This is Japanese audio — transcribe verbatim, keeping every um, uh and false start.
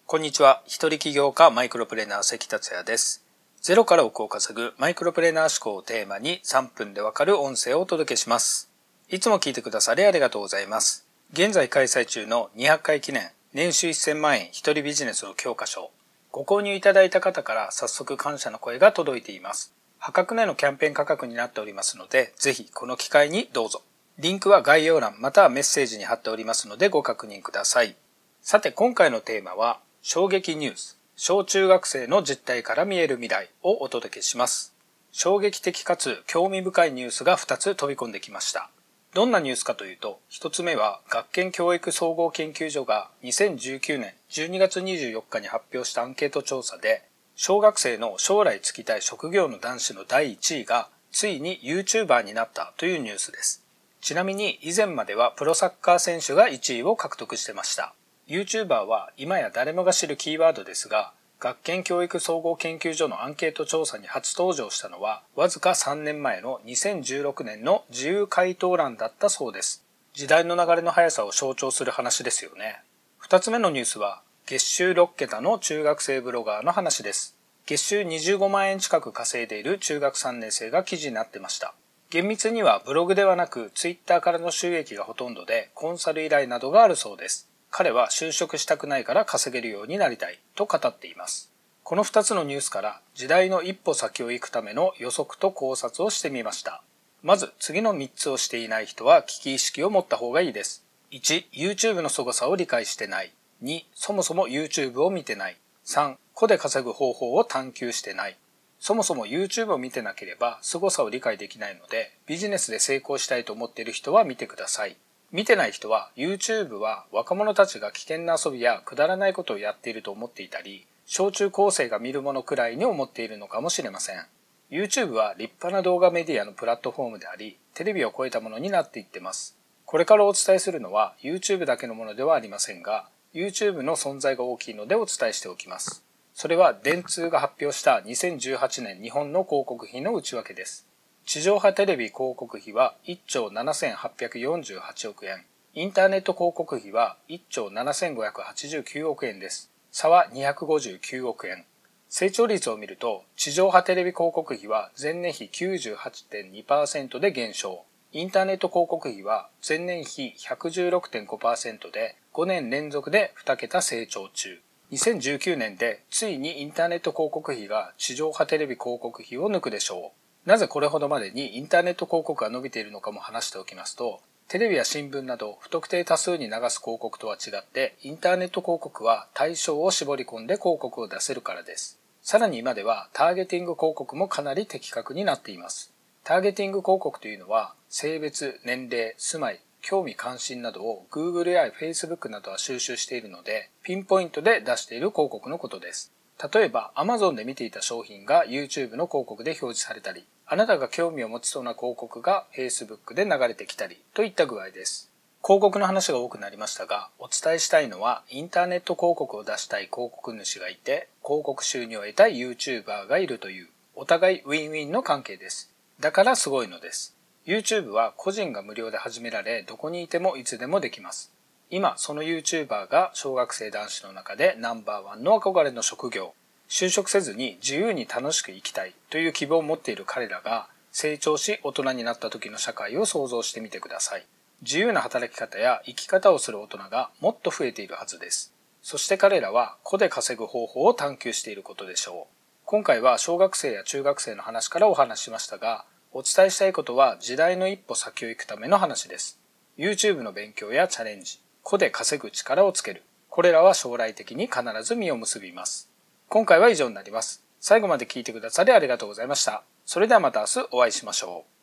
こんにちは。一人起業家マイクロプレーナー関達也です。ゼロから億を稼ぐマイクロプレーナー思考をテーマにさんぷんでわかる音声をお届けします。いつも聞いてくださりありがとうございます。現在開催中のにひゃっかい記念年収せんまんえん一人ビジネスの教科書。ご購入いただいた方から早速感謝の声が届いています。破格値のキャンペーン価格になっておりますので、ぜひこの機会にどうぞ。リンクは概要欄またはメッセージに貼っておりますのでご確認ください。さて今回のテーマは衝撃ニュース、小中学生の実態から見える未来をお届けします。衝撃的かつ興味深いニュースがふたつ飛び込んできました。どんなニュースかというと、ひとつめは学研教育総合研究所がにせんじゅうきゅうねんじゅうにがつにじゅうよっかに発表したアンケート調査で、小学生の将来就きたい職業の男子のだいいちいがついに YouTuber になったというニュースです。ちなみに以前まではプロサッカー選手がいちいを獲得してました。YouTuber は今や誰もが知るキーワードですが、学研教育総合研究所のアンケート調査に初登場したのはわずかさんねんまえのにせんじゅうろくねんの自由回答欄だったそうです。時代の流れの速さを象徴する話ですよね。ふたつめのニュースは月収ろっけたの中学生ブロガーの話です。月収にじゅうごまんえん近く稼いでいる中学さんねん生が記事になってました。厳密にはブログではなく Twitter からの収益がほとんどでコンサル依頼などがあるそうです。彼は就職したくないから稼げるようになりたいと語っています。このふたつのニュースから時代の一歩先を行くための予測と考察をしてみました。まず次のみっつをしていない人は危機意識を持った方がいいです。いち、YouTube の凄さを理解してない。に、そもそも YouTube を見てない。さん、個で稼ぐ方法を探求してない。そもそも YouTube を見てなければ凄さを理解できないので、ビジネスで成功したいと思っている人は見てください。見てない人は YouTube は若者たちが危険な遊びやくだらないことをやっていると思っていたり、小中高生が見るものくらいに思っているのかもしれません。YouTube は立派な動画メディアのプラットフォームであり、テレビを超えたものになっていってます。これからお伝えするのは YouTube だけのものではありませんが、YouTube の存在が大きいのでお伝えしておきます。それは電通が発表したにせんじゅうはちねん日本の広告費の内訳です。地上波テレビ広告費はいっちょうななせんはっぴゃくよんじゅうはちおくえん。インターネット広告費はいっちょうななせんごひゃくはちじゅうきゅうおくえんです。差はにひゃくごじゅうきゅうおくえん。成長率を見ると、地上波テレビ広告費は前年比 きゅうじゅうはちてんにパーセント で減少。インターネット広告費は前年比 ひゃくじゅうろくてんごパーセント でごねん連続でにけた成長中。にせんじゅうきゅうねんでついにインターネット広告費が地上波テレビ広告費を抜くでしょう。なぜこれほどまでにインターネット広告が伸びているのかも話しておきますと、テレビや新聞など不特定多数に流す広告とは違って、インターネット広告は対象を絞り込んで広告を出せるからです。さらに今ではターゲティング広告もかなり的確になっています。ターゲティング広告というのは、性別、年齢、住まい、興味関心などを Google や Facebook などは収集しているので、ピンポイントで出している広告のことです。例えば Amazon で見ていた商品が YouTube の広告で表示されたり、あなたが興味を持ちそうな広告が Facebook で流れてきたりといった具合です。広告の話が多くなりましたが、お伝えしたいのはインターネット広告を出したい広告主がいて、広告収入を得たい YouTuber がいるという、お互いウィンウィンの関係です。だからすごいのです。YouTube は個人が無料で始められ、どこにいてもいつでもできます。今、その YouTuber が小学生男子の中でナンバーワンの憧れの職業。就職せずに自由に楽しく生きたいという希望を持っている彼らが成長し大人になった時の社会を想像してみてください。自由な働き方や生き方をする大人がもっと増えているはずです。そして彼らは個で稼ぐ方法を探求していることでしょう。今回は小学生や中学生の話からお話ししましたが、お伝えしたいことは時代の一歩先を行くための話です。YouTube の勉強やチャレンジ、個で稼ぐ力をつける。これらは将来的に必ず実を結びます。今回は以上になります。最後まで聞いてくださりありがとうございました。それではまた明日お会いしましょう。